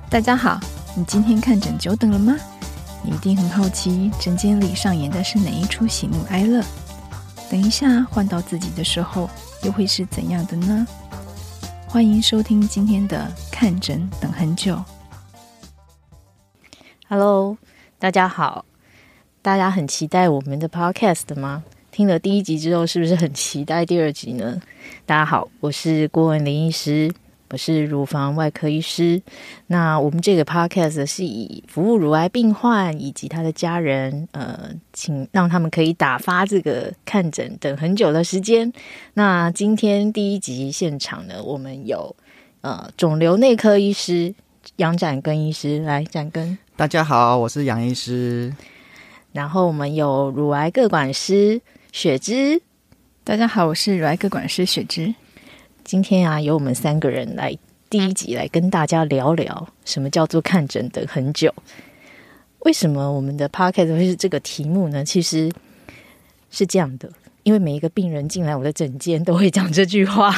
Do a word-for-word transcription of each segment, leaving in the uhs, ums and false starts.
大家好，你今天看诊久等了吗？你一定很好奇诊间里上演的是哪一出喜怒哀乐，等一下换到自己的时候又会是怎样的呢？欢迎收听今天的看诊等很久。 Hello， 大家好，大家很期待我们的 podcast 吗？听了第一集之后是不是很期待第二集呢？大家好，我是郭文林医师，我是乳房外科医师。那我们这个 podcast 是以服务乳癌病患以及他的家人，呃，请让他们可以打发这个看诊等很久的时间。那今天第一集现场呢，我们有呃肿瘤内科医师杨展根医师，来，展根。 大家好，我是杨医师。 然后我们有乳癌个管师雪芝。 大家好，我是乳癌个管师雪芝。 今天啊，由我们三个人来第一集来跟大家聊聊什么叫做看诊等很久。为什么我们的 podcast 会是这个题目呢？其实是这样的，因为每一个病人进来我的诊间都会讲这句话。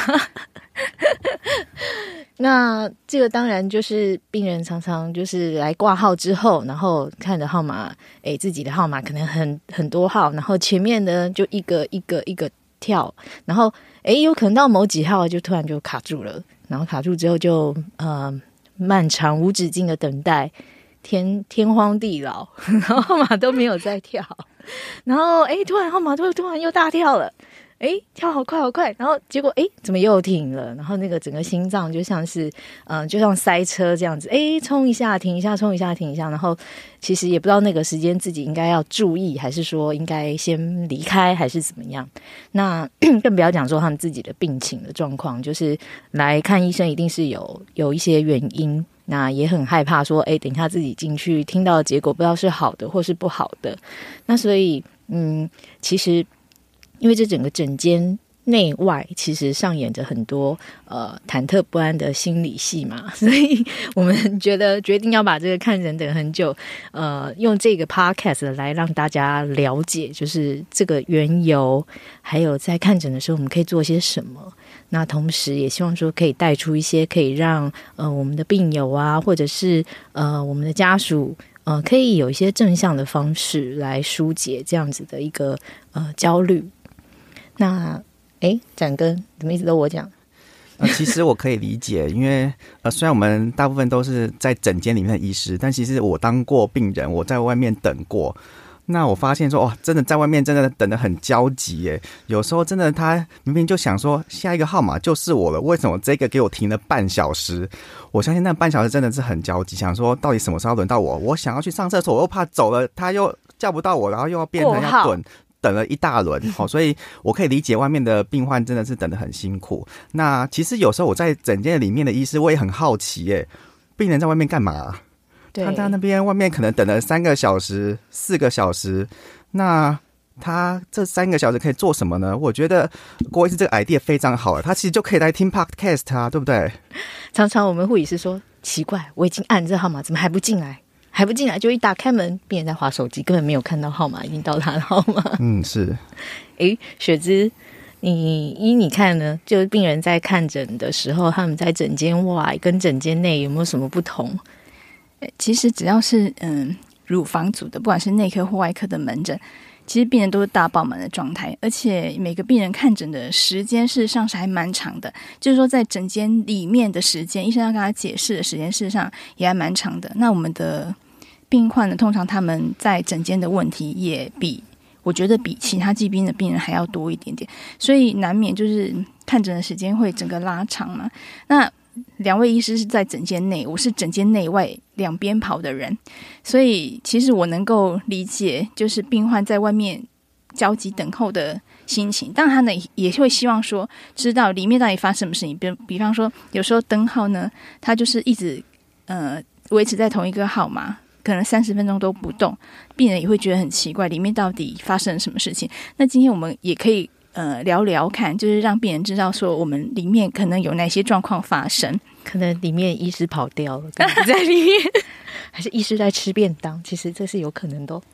那这个当然就是病人常常就是来挂号之后，然后看着号码，诶，自己的号码可能很很多号，然后前面呢就一个一个一个跳，然后诶有可能到某几号就突然就卡住了，然后卡住之后就呃漫长无止境的等待，天天荒地老，然后号码都没有再跳，然后诶突然号码突突然又大跳了。哎，跳好快好快，然后结果哎，怎么又停了？然后那个整个心脏就像是，嗯、呃，就像塞车这样子，哎，冲一下停一下，冲一下停一下，然后其实也不知道那个时间自己应该要注意，还是说应该先离开，还是怎么样？那更不要讲说他们自己的病情的状况，就是来看医生一定是有有一些原因，那也很害怕说，哎，等一下自己进去听到的结果不知道是好的或是不好的，那所以嗯，其实。因为这整个诊间内外其实上演着很多呃忐忑不安的心理戏嘛，所以我们觉得决定要把这个看诊等很久，呃，用这个 podcast 来让大家了解，就是这个缘由，还有在看诊的时候我们可以做些什么。那同时也希望说可以带出一些可以让呃我们的病友啊，或者是呃我们的家属。呃，可以有一些正向的方式来疏解这样子的一个呃焦虑。那，哎，展根怎么一直都我讲？ 呃，其实我可以理解，因为呃，虽然我们大部分都是在诊间里面的医师，但其实我当过病人，我在外面等过。那我发现说，哇，真的在外面真的等得很焦急耶。有时候真的他明明就想说下一个号码就是我了，为什么这个给我停了半小时？我相信那半小时真的是很焦急，想说到底什么时候轮到我？我想要去上厕所，我又怕走了他又叫不到我，然后又要变成要等。等了一大轮、哦、所以我可以理解外面的病患真的是等得很辛苦。那其实有时候我在诊间里面的医师，我也很好奇耶，病人在外面干嘛？他在那边外面可能等了三个小时、四个小时，那他这三个小时可以做什么呢？我觉得郭医师这个 idea 非常好，他其实就可以来听 podcast 啊，对不对？ 常常我们护理师说，奇怪，我已经按这号码，怎么还不进来？还不进来，就一打开门，病人在滑手机，根本没有看到号码，已经到他的号码。 嗯，是。 诶，雪芝，你依你看呢？就是病人在看诊的时候，他们在诊间外跟诊间内有没有什么不同？ 其实只要是嗯乳房组的，不管是内科或外科的门诊，其实病人都是大爆满的状态，而且每个病人看诊的时间事实上是还蛮长的，就是说在诊间里面的时间，医生要跟他解释的时间事实上也还蛮长的。那我们的病患呢，通常他们在诊间的问题也比我觉得比其他疾病的病人还要多一点点，所以难免就是看诊的时间会整个拉长嘛。那两位医师是在诊间内，我是诊间内外两边跑的人，所以其实我能够理解就是病患在外面焦急等候的心情。当然他呢也会希望说知道里面到底发生什么事情，比比方说有时候灯号呢他就是一直呃维持在同一个号码，可能三十分钟都不动，病人也会觉得很奇怪，里面到底发生了什么事情。那今天我们也可以呃聊聊看，就是让病人知道说我们里面可能有哪些状况发生。 可能里面医师跑掉了，可能在里面还是医师在吃便当，其实这是有可能的、哦。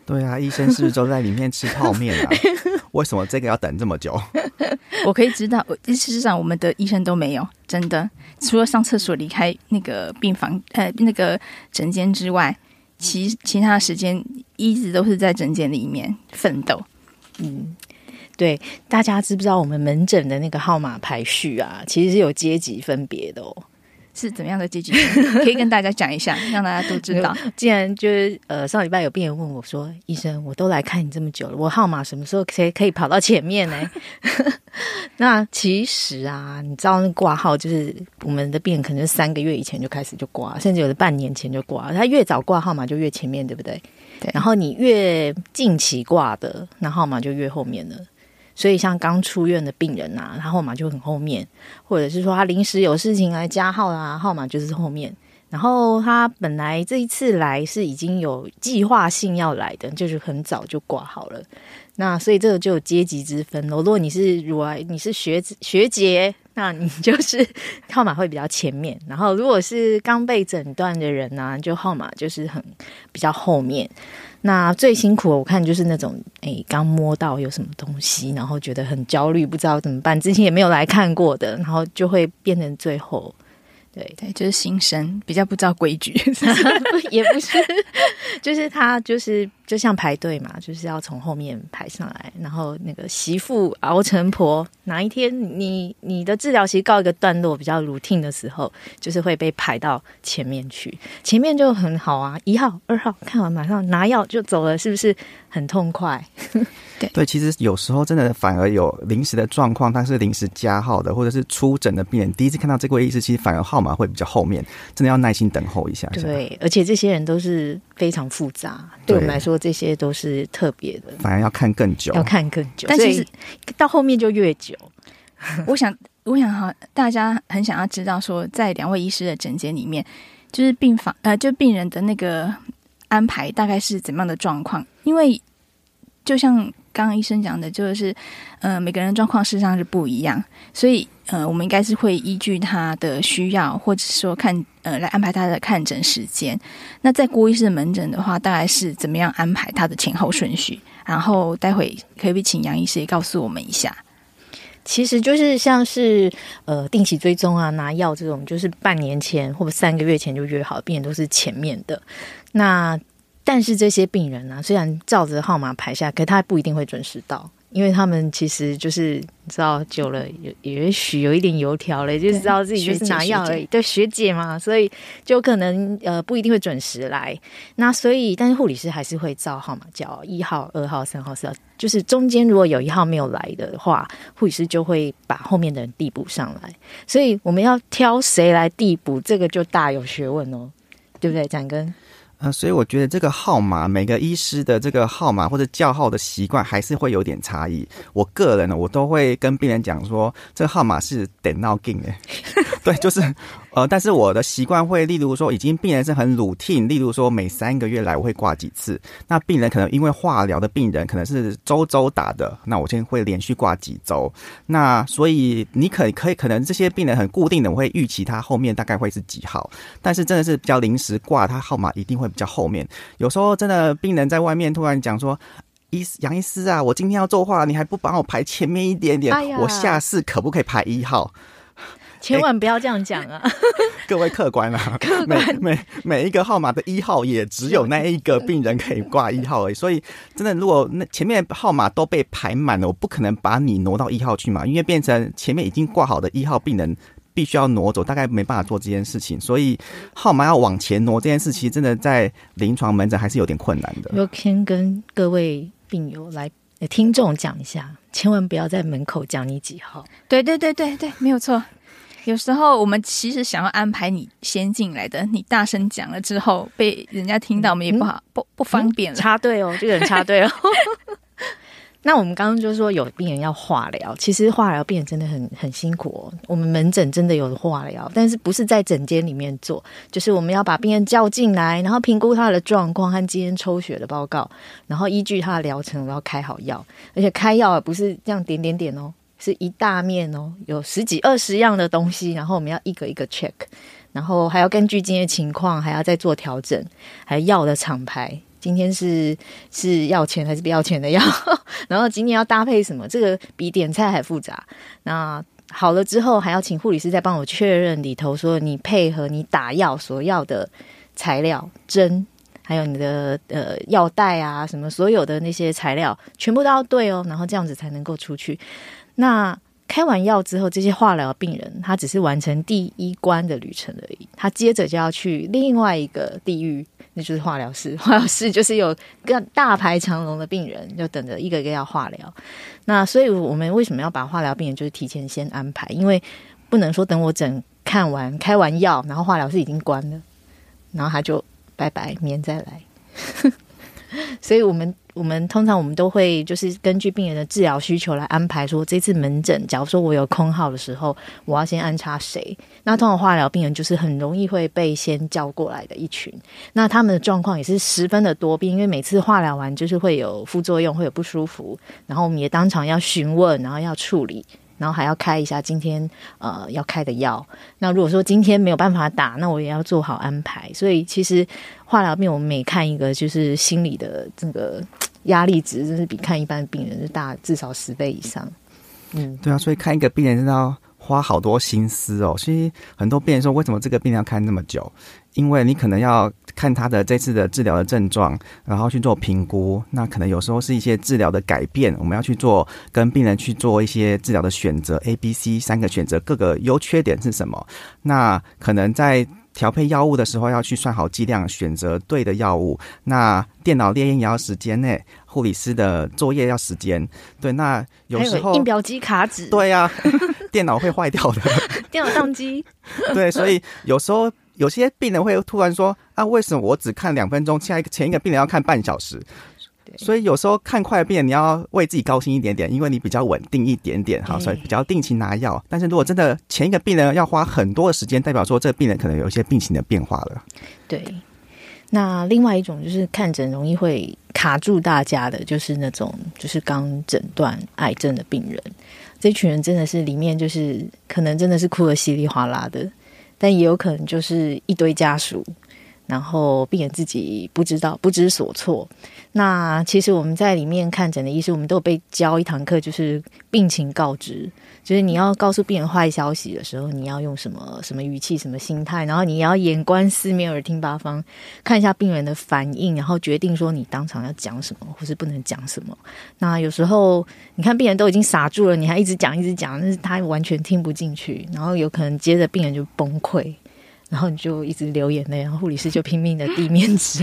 对啊，医生是不是都在里面吃泡面啊？为什么这个要等这么久？ 我可以知道，事实上我们的医生都没有，真的，除了上厕所离开那个病房呃那个诊间之外，其其他的时间一直都是在诊间里面奋斗。 嗯，对，大家知不知道我们门诊的那个号码排序啊，其实是有阶级分别的哦。 是怎么样的阶级？可以跟大家讲一下，让大家都知道。 既然就是呃，上礼拜有病人问我说：“医生，我都来看你这么久了，我号码什么时候可以可以跑到前面呢？”那其实啊，你知道那挂号就是我们的病人可能是三个月以前就开始就挂，甚至有的半年前就挂，他越早挂号码就越前面，对不对？ 对。 然后你越近期挂的，那号码就越后面了。所以像刚出院的病人啊，他号码就很后面，或者是说他临时有事情来加号啊，号码就是后面。然后他本来这一次来是已经有计划性要来的，就是很早就挂好了。那所以这个就有阶级之分咯。如果你是如果你是学学姐，那你就是号码会比较前面。然后如果是刚被诊断的人啊，就号码就是很比较后面。那最辛苦的我看就是那种诶刚摸到有什么东西，然后觉得很焦虑，不知道怎么办，之前也没有来看过的，然后就会变成最后。对对，就是新生比较不知道规矩也不是，就是他就是就像排队嘛，就是要从后面排上来，然后那个媳妇熬成婆，哪一天你你的治疗期告一个段落比较 routine 的时候，就是会被排到前面去，前面就很好啊，一号二号看完马上拿药就走了，是不是很痛快？ 对对，其实有时候真的反而有临时的状况，它是临时加号的，或者是出诊的病人第一次看到这位医师，其实反而号码会比较后面，真的要耐心等候一下下。 对，而且这些人都是非常复杂，对我们来说这些都是特别的， 反而要看更久， 要看更久， 但其实到后面就越久。 我想，我想哈，大家很想要知道说，在两位医师的诊间里面，就是病房呃，就病人的那个安排大概是怎么样的状况？因为就像刚刚医生讲的，就是呃每个人状况事实上是不一样，所以呃我们应该是会依据他的需要，或者说看呃来安排他的看诊时间。那在郭医师的门诊的话，大概是怎么样安排他的前后顺序？然后待会可不可以请杨医师也告诉我们一下？ 其实就是像是呃定期追踪啊、拿药这种，就是半年前或者三个月前就约好，病人都是前面的。那但是这些病人啊，虽然照着号码排下，可他不一定会准时到，因为他们其实就是你知道久了有也许有一点油条了，就知道自己就是拿药而已。对，学姐嘛，所以就可能呃不一定会准时来。那所以，但是护理师还是会照号码叫一号、二号、三号、四号，就是中间如果有一号没有来的话，护理师就会把后面的人递补上来。所以我们要挑谁来递补，这个就大有学问哦，对不对，展根？ 呃，所以我觉得这个号码，每个医师的这个号码或者叫号的习惯还是会有点差异。我个人呢，我都会跟病人讲说，这个号码是点闹劲的，对，就是呃，但是我的习惯会，例如说，已经病人是很 routine， 例如说每三个月来我会挂几次。那病人可能因为化疗的病人可能是周周打的，那我先会连续挂几周。那所以你可可以可能这些病人很固定的，我会预期他后面大概会是几号，但是真的是比较临时挂，他号码一定会比较后面。有时候真的病人在外面突然讲说，医杨医师啊，我今天要做化疗，你还不帮我排前面一点点，哎、我下次可不可以排一号？ 千万不要这样讲啊！ 各位客官啊，客官每每每一个号码的一号也只有那一个病人可以挂一号而已，所以真的如果那前面号码都被排满了，我不可能把你挪到一号去嘛，因为变成前面已经挂好的一号病人必须要挪走，大概没办法做这件事情，所以号码要往前挪这件事情，真的在临床门诊还是有点困难的。 我先跟各位病友来听众讲一下，千万不要在门口讲你几号。 对对对对对，没有错。有时候我们其实想要安排你先进来的，你大声讲了之后被人家听到，我们也不好、嗯、不不方便了。 插队哦，这个人插队哦。那我们刚刚就说有病人要化疗，其实化疗病人真的很很辛苦哦。我们门诊真的有化疗，但是不是在诊间里面做，就是我们要把病人叫进来，然后评估他的状况和今天抽血的报告，然后依据他的疗程，我要开好药，而且开药不是这样点点点哦。是一大面哦，有十几二十样的东西，然后我们要一个一个 check， 然后还要根据今天的情况还要再做调整，还有药的厂牌今天是是要钱还是不要钱的药，然后今天要搭配什么，这个比点菜还复杂。那好了之后，还要请护理师再帮我确认里头说你配合你打药所要的材料、针，还有你的呃药袋啊，什么所有的那些材料全部都要对哦，然后这样子才能够出去。那开完药之后，这些化疗病人他只是完成第一关的旅程而已，他接着就要去另外一个地狱，那就是化疗室。化疗室就是有更大排长龙的病人，就等着一个一个要化疗。那所以我们为什么要把化疗病人就是提前先安排？因为不能说等我诊看完开完药，然后化疗室已经关了，然后他就拜拜，明天再来。所以我们我们通常我们都会就是根据病人的治疗需求来安排，说这次门诊假如说我有空号的时候，我要先安插谁。那通常化疗病人就是很容易会被先叫过来的一群，那他们的状况也是十分的多变，因为每次化疗完就是会有副作用，会有不舒服，然后我们也当场要询问，然后要处理，然后还要开一下今天呃要开的药。那如果说今天没有办法打，那我也要做好安排。所以其实化疗病我们每看一个就是心理的这个压力值，真是比看一般病人是大至少十倍以上。嗯， 对啊，所以看一个病人真的要花好多心思哦。所以很多病人说，为什么这个病人要看那么久？因为你可能要看他的这次的治疗的症状，然后去做评估。那可能有时候是一些治疗的改变，我们要去做跟病人去做一些治疗的选择 A、B、C 三个选择，各个优缺点是什么？那可能在调配药物的时候要去算好剂量，选择对的药物。那电脑列印也要时间呢，护理师的作业要时间。对，那有时候还有印表机卡纸， 对啊，电脑会坏掉的， 电脑宕机。 对，所以有时候有些病人会突然说啊，为什么我只看两分钟，下一个前一个病人要看半小时？所以有时候看快的病人，你要为自己高兴一点点，因为你比较稳定一点点哈，所以比较定期拿药。但是如果真的前一个病人要花很多的时间，代表说这个病人可能有一些病情的变化了。 对，那另外一种就是看诊容易会卡住大家的，就是那种就是刚诊断癌症的病人，这群人真的是里面就是可能真的是哭得稀里哗啦的，但也有可能就是一堆家属，然后病人自己不知道不知所措。那其实我们在里面看诊的医师，我们都有被教一堂课，就是病情告知，就是你要告诉病人坏消息的时候，你要用什么什么语气什么心态，然后你要眼观四面耳听八方，看一下病人的反应，然后决定说你当场要讲什么或是不能讲什么。那有时候你看病人都已经傻住了，你还一直讲一直讲，但是他完全听不进去，然后有可能接着病人就崩溃，然后你就一直流眼泪，然后护理师就拼命的递面纸。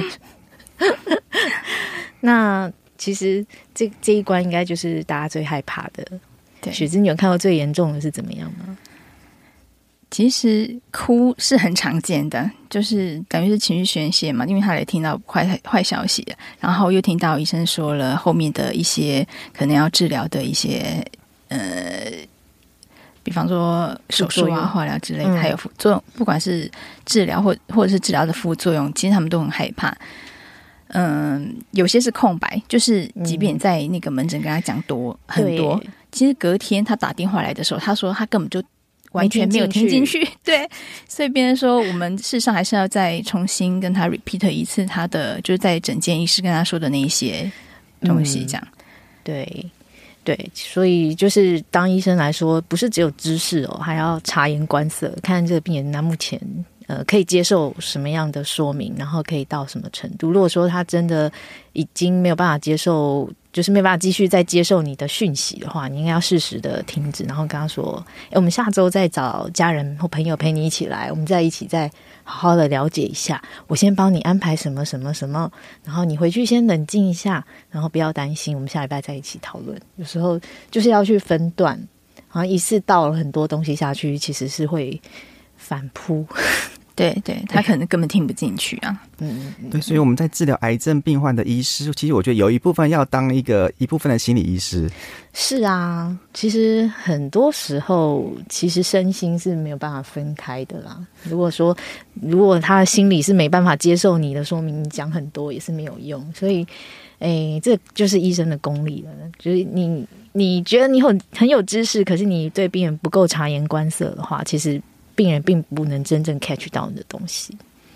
那其实这这一关应该就是大家最害怕的。对，雪芝，你有看到最严重的是怎么样吗？ 其实哭是很常见的，就是等于是情绪宣泄嘛，因为他也听到坏坏消息，然后又听到医生说了后面的一些可能要治疗的一些呃，比方说手术啊、化疗之类的，嗯、还有副作用，不管是治疗或或者是治疗的副作用，其实他们都很害怕。嗯，有些是空白，就是即便在那个门诊跟他讲多、嗯、很多，其实隔天他打电话来的时候，他说他根本就完全没有听进去。对，所以别人说我们事实上还是要再重新跟他 repeat 一次他的，就是在诊间医师跟他说的那一些东西，这样。嗯、 对。对，所以就是当医生来说，不是只有知识哦，还要察言观色，看这个病人他目前呃可以接受什么样的说明，然后可以到什么程度。如果说他真的已经没有办法接受，就是没有办法继续再接受你的讯息的话，你应该要适时的停止，然后跟他说：“哎，我们下周再找家人或朋友陪你一起来，我们再一起再好好的了解一下。我先帮你安排什么什么什么，然后你回去先冷静一下，然后不要担心，我们下礼拜再一起讨论。”有时候就是要去分段，好像一次倒了很多东西下去，其实是会反扑。 对对，他可能根本听不进去啊。 嗯，对，所以我们在治疗癌症病患的医师，其实我觉得有一部分要当一个一部分的心理医师。 是啊，其实很多时候，其实身心是没有办法分开的啦。如果说，如果他的心理是没办法接受你的，说明你讲很多也是没有用。所以，哎，这就是医生的功力了。就是你你觉得你很很有知识，可是你对病人不够察言观色的话，其实病人并不能真正 catch 到你的东西。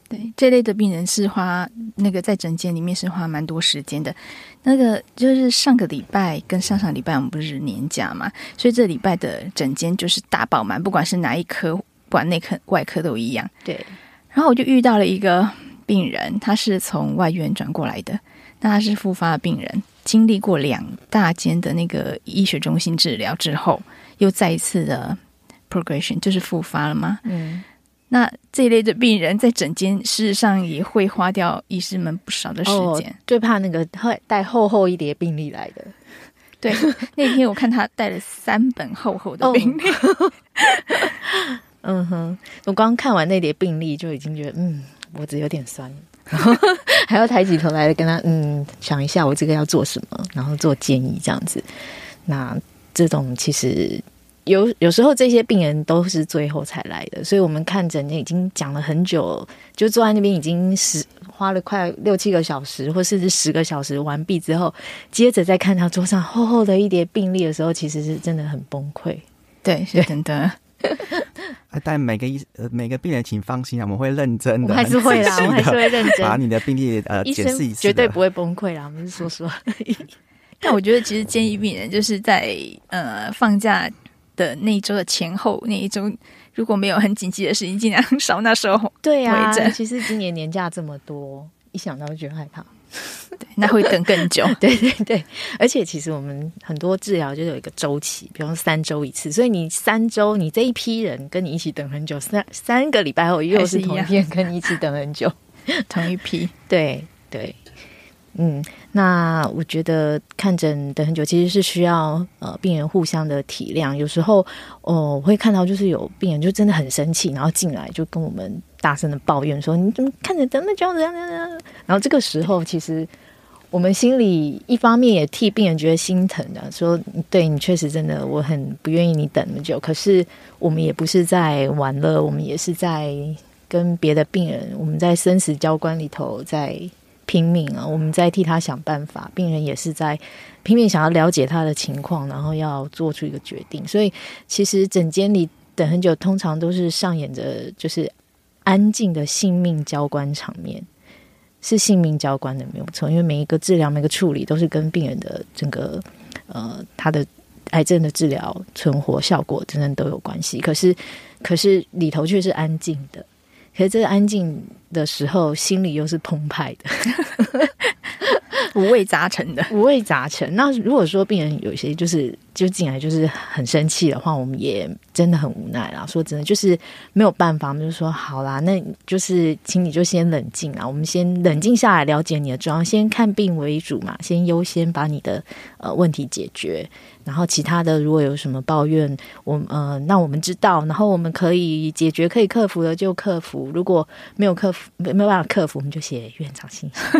对，这类的病人是花那个在诊间里面是花蛮多时间的。那个就是上个礼拜跟上上礼拜我们不是年假嘛，所以这礼拜的诊间就是大爆满，不管是哪一科，不管内科外科都一样。 对， 然后我就遇到了一个病人，他是从外院转过来的，那他是复发的病人，经历过两大间的那个医学中心治疗之后，又再一次的 progression 就是复发了嘛。 嗯。 那这一类的病人在诊间事实上也会花掉医师们不少的时间、哦、 最怕那个带厚厚一叠病历来的。 对，那天我看他带了三本厚厚的病历、哦、 嗯哼，我刚看完那叠病历就已经觉得嗯脖子有点酸，然后还要抬起头来跟他嗯想一下我这个要做什么，然后做建议这样子。那这种其实有有时候这些病人都是最后才来的，所以我们看诊已经讲了很久，就坐在那边已经十花了快六七个小时，或甚至十个小时完毕之后，接着再看到桌上厚厚的一叠病历的时候，其实是真的很崩溃。 对，是真的。 但每个医呃每个病人请放心啊，我们会认真的， 我还是会啦，我还是会认真把你的病历呃检视一次， 绝对不会崩溃啦，我们是说说。 但我觉得其实建议病人就是在呃放假的那一周的前后那一周，如果没有很紧急的事情，尽量少那时候。 对啊，其实今年年假这么多，一想到就觉得害怕。 对，那会等更久。 对对对，而且其实我们很多治疗就有一个周期，比方说三周一次，所以你三周你这一批人跟你一起等很久，三三个礼拜后又是同一批人跟你一起等很久， 同一批。 对对。嗯，那我觉得看诊等很久其实是需要呃病人互相的体谅。有时候哦，我会看到就是有病人就真的很生气，然后进来就跟我们大声的抱怨说：“你怎么看诊等那么久？”然后这个时候，其实我们心里一方面也替病人觉得心疼的，说：“对你确实真的，我很不愿意你等那么久。”可是我们也不是在玩乐，我们也是在跟别的病人，我们在生死交关里头在拼命啊！我们在替他想办法，病人也是在拼命想要了解他的情况，然后要做出一个决定。所以其实诊间里等很久，通常都是上演着就是安静的性命交关场面，是性命交关的没有错。因为每一个治疗、每个处理都是跟病人的整个呃他的癌症的治疗存活效果真的都有关系。可是可是里头却是安静的。可是这个安静的时候，心里又是澎湃的， 五味杂陈的， 五味杂陈。那如果说病人有一些就是就进来就是很生气的话，我们也真的很无奈啦。说真的，就是没有办法，我们就说好啦，那就是请你就先冷静啊，我们先冷静下来，了解你的状况，先看病为主嘛，先优先把你的呃问题解决。然后其他的如果有什么抱怨，我呃那我们知道，然后我们可以解决可以克服的就克服，如果没有克服没有办法克服，我们就写院长信箱。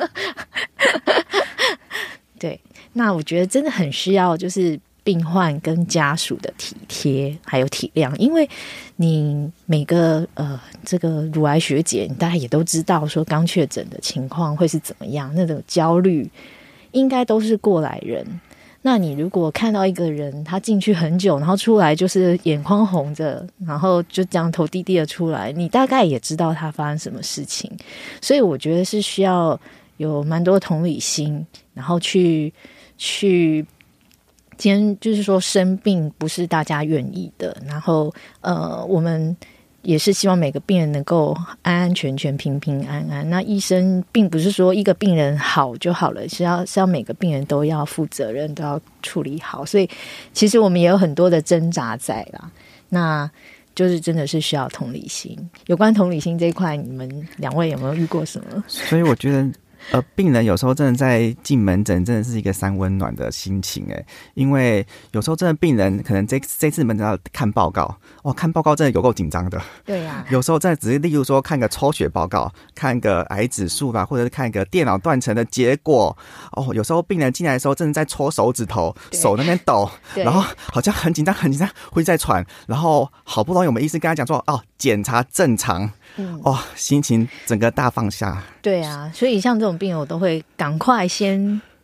对，那我觉得真的很需要就是病患跟家属的体贴还有体谅，因为你每个呃这个乳癌学姐你大家也都知道说刚确诊的情况会是怎么样，那种焦虑应该都是过来人。那你如果看到一个人他进去很久，然后出来就是眼眶红着，然后就这样头低低的出来，你大概也知道他发生什么事情。所以我觉得是需要有蛮多同理心，然后去去今天就是说生病不是大家愿意的，然后呃我们也是希望每个病人能够安安全全平平安安。那医生并不是说一个病人好就好了，是要是要每个病人都要负责任，都要处理好。所以其实我们也有很多的挣扎在啦，那就是真的是需要同理心。有关同理心这一块，你们两位有没有遇过什么？ 所以我觉得呃，病人有时候真的在进门诊真的是一个三温暖的心情哎，因为有时候真的病人可能这这次门诊要看报告，哇，看报告真的有够紧张的。 对呀、啊， 有时候真的只是例如说看个抽血报告，看个癌指数吧，或者是看个电脑断层的结果。哦，有时候病人进来的时候真的在搓手指头，手那边抖，然后好像很紧张很紧张，会在喘，然后好不容易我们医生跟他讲说哦，检查正常。嗯、哦，心情整个大放下。 对啊，所以像这种病人我都会赶快先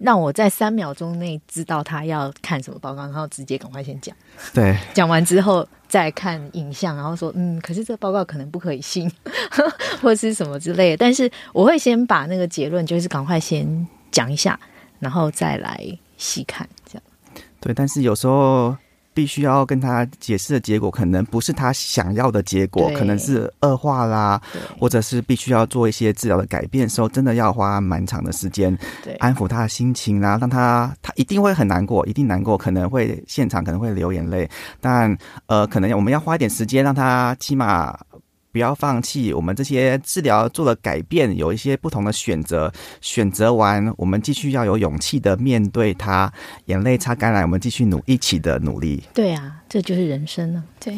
让我在三秒钟内知道他要看什么报告，然后直接赶快先讲。 对， 讲完之后再看影像，然后说嗯，可是这个报告可能不可以信，或是什么之类的。但是我会先把那个结论就是赶快先讲一下，然后再来细看这样。 对，但是有时候必须要跟他解释的结果可能不是他想要的结果，可能是恶化啦，或者是必须要做一些治疗的改变的时候，真的要花蛮长的时间安抚他的心情啦，让他他一定会很难过，一定难过，可能会现场可能会流眼泪，但呃，可能我们要花一点时间让他起码不要放弃，我们这些治疗做了改变，有一些不同的选择，选择完我们继续要有勇气的面对它，眼泪擦干了，我们继续努一起的努力。 对啊，这就是人生啊。 对。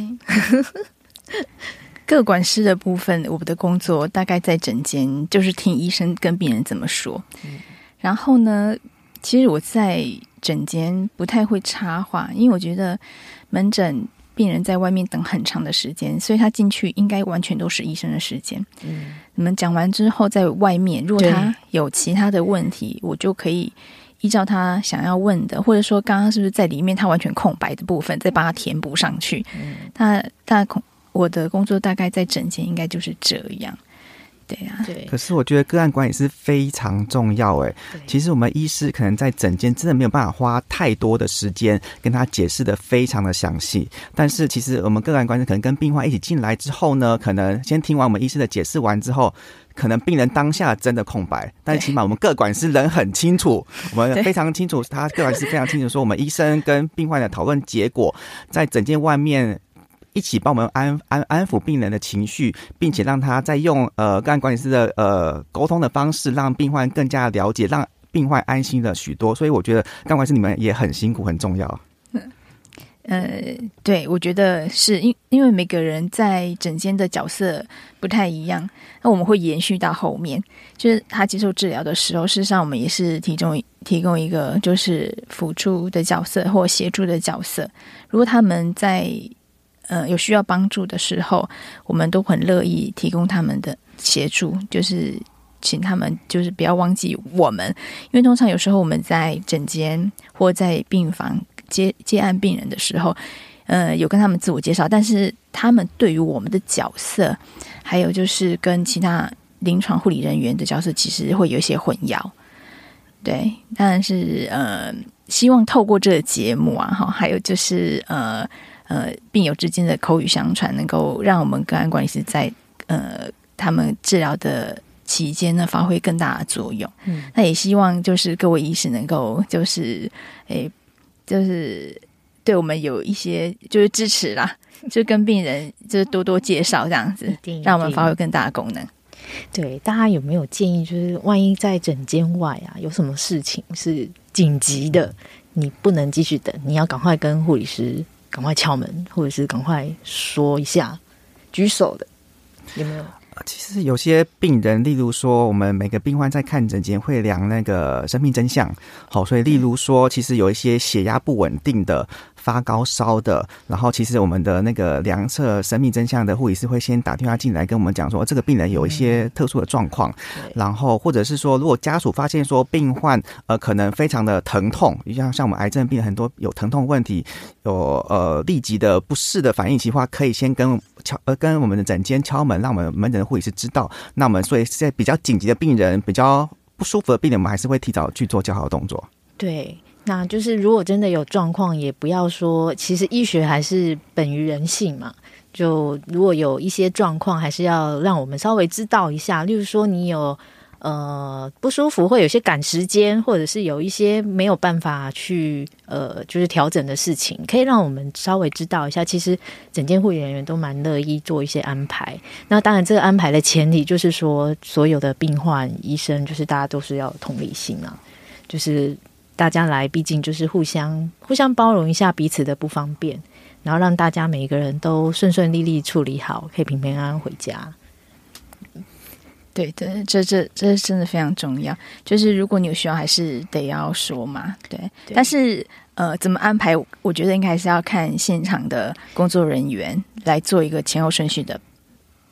个管师的部分，我们的工作大概在诊间就是听医生跟病人怎么说、嗯、然后呢其实我在诊间不太会插话，因为我觉得门诊病人在外面等很长的时间，所以他进去应该完全都是医生的时间。嗯，你们讲完之后，在外面如果他有其他的问题，我就可以依照他想要问的，或者说刚刚是不是在里面他完全空白的部分，再帮他填补上去。嗯，他大我的工作大概在诊间应该就是这样。对啊，对。 可是我觉得个案管理是非常重要诶。其实我们医师可能在诊间真的没有办法花太多的时间跟他解释的非常的详细，但是其实我们个案管理可能跟病患一起进来之后呢，可能先听完我们医师的解释完之后，可能病人当下真的空白，但起码我们个管师人很清楚，我们非常清楚，他个管师非常清楚说我们医生跟病患的讨论结果，在诊间外面一起帮我们安安安抚病人的情绪，并且让他再用呃个案管理师的呃沟通的方式，让病患更加了解，让病患安心了许多。所以我觉得个案管理师你们也很辛苦，很重要。 呃，对，我觉得是因因为每个人在诊间的角色不太一样，那我们会延续到后面，就是他接受治疗的时候，事实上我们也是提供提供一个就是辅助的角色或协助的角色。如果他们在呃有需要帮助的时候，我们都很乐意提供他们的协助，就是请他们就是不要忘记我们，因为通常有时候我们在诊间或在病房接接案病人的时候，呃，有跟他们自我介绍，但是他们对于我们的角色，还有就是跟其他临床护理人员的角色，其实会有一些混淆。对，当然是呃，希望透过这个节目啊，哈，还有就是呃呃，病友之间的口语相传，能够让我们个案管理师在呃他们治疗的期间呢，发挥更大的作用。嗯，那也希望就是各位医师能够就是诶。就是对我们有一些就是支持啦，就跟病人就是多多介绍这样子，让我们发挥更大的功能。 对，大家有没有建议，就是万一在诊间外啊，有什么事情是紧急的，你不能继续等，你要赶快跟护理师赶快敲门，或者是赶快说一下，举手的有没有？ 其实有些病人，例如说我们每个病患在看诊前会量那个生命真相，好，所以例如说其实有一些血压不稳定的，发高烧的，然后其实我们的那个量测生命真相的护理师会先打电话进来跟我们讲说这个病人有一些特殊的状况，然后或者是说如果家属发现说病患呃可能非常的疼痛，像像我们癌症病人很多有疼痛问题，有呃立即的不适的反应期的话，可以先跟敲呃跟我们的诊间敲门，让我们门诊的护理师知道。那我们所以在比较紧急的病人，比较不舒服的病人，我们还是会提早去做较好的动作。 对，那就是如果真的有状况，也不要说，其实医学还是本于人性嘛。就如果有一些状况，还是要让我们稍微知道一下。例如说，你有呃不舒服，会有些赶时间，或者是有一些没有办法去呃就是调整的事情，可以让我们稍微知道一下。其实整间护理人员都蛮乐意做一些安排。那当然，这个安排的前提就是说，所有的病患、医生，就是大家都是要有同理心啊，就是大家来，毕竟就是互相互相包容一下彼此的不方便，然后让大家每一个人都顺顺利利处理好，可以平平安安回家。 对对，这这这真的非常重要。就是如果你有需要，还是得要说嘛。对，对但是呃，怎么安排？我觉得应该还是要看现场的工作人员来做一个前后顺序的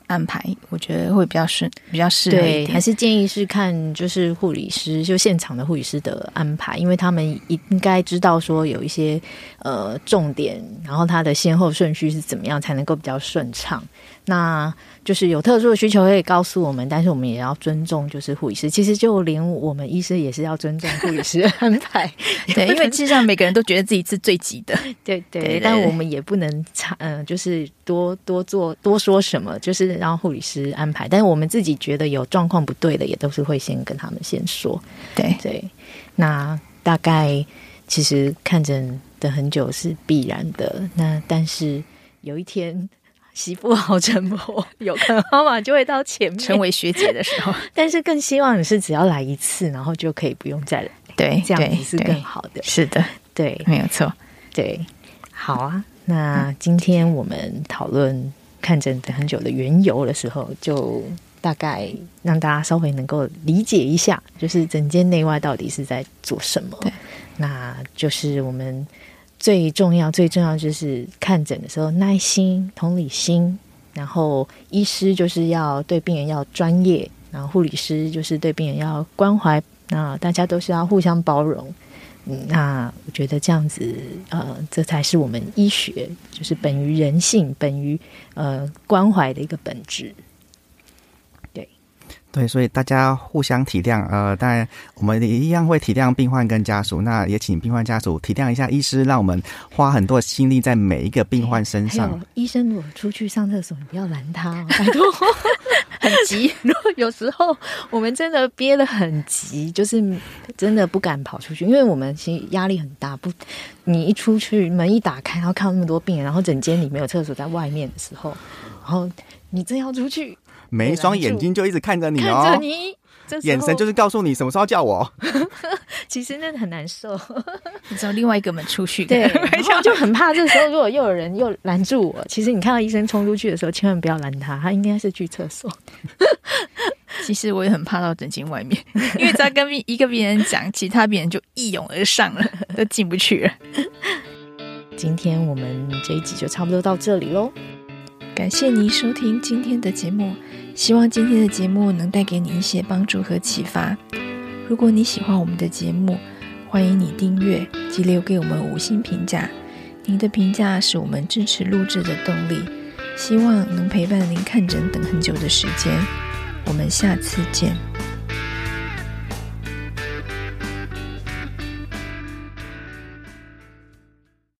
安排，我觉得会比较顺，比较适合一点。 对，还是建议是看就是护理师，就现场的护理师的安排，因为他们应该知道说有一些呃重点，然后它的先后顺序是怎么样才能够比较顺畅。那就是有特殊的需求可以告诉我们，但是我们也要尊重就是护理师，其实就连我们医师也是要尊重护理师的安排。 对，因为事实上每个人都觉得自己是最急的。 对 对, 对, 对对， 但我们也不能嗯、呃，就是多多做多说什么，就是让护理师安排。但是我们自己觉得有状况不对的，也都是会先跟他们先说。 对对，那大概其实看诊等很久是必然的，那但是有一天媳妇好成婆，有可能妈妈就会到前面成为学姐的时候。 但是更希望你是只要来一次，然后就可以不用再来。 对， 这样子是更好的。 是的， 对， 没有错。 对，好啊。那今天我们讨论看诊等很久的缘由的时候，就大概让大家稍微能够理解一下，就是诊间内外到底是在做什么。 对， 那就是我们最重要最重要就是看诊的时候耐心同理心，然后医师就是要对病人要专业，然后护理师就是对病人要关怀，那大家都是要互相包容。嗯，那我觉得这样子呃，这才是我们医学就是本于人性本于呃关怀的一个本质。 对，所以大家互相体谅，呃，当然我们也一样会体谅病患跟家属，那也请病患家属体谅一下医师，让我们花很多心力在每一个病患身上。 还有医生如果出去上厕所，你不要拦他哦，拜托，很急。如果有时候我们真的憋得很急，就是真的不敢跑出去，因为我们其实压力很大，不，你一出去门一打开，然后看到那么多病人，然后整间里没有厕所在外面的时候，然后你真要出去。 每一双眼睛就一直看着你哦， 看着你， 眼神就是告诉你什么时候叫我。 其实那很难受， 你知道另外一个门出去， 对，然后就很怕。这时候如果又有人又拦住我，其实你看到医生冲出去的时候，千万不要拦他，他应该是去厕所。 其实我也很怕到诊间外面，因为只要跟一个病人讲，其他病人就一涌而上了，都进不去了。 今天我们这一集就差不多到这里咯， 感谢你收听今天的节目，希望今天的节目能带给你一些帮助和启发。如果你喜欢我们的节目，欢迎你订阅及留给我们五星评价，您的评价是我们支持录制的动力，希望能陪伴您看诊等很久的时间。我们下次见。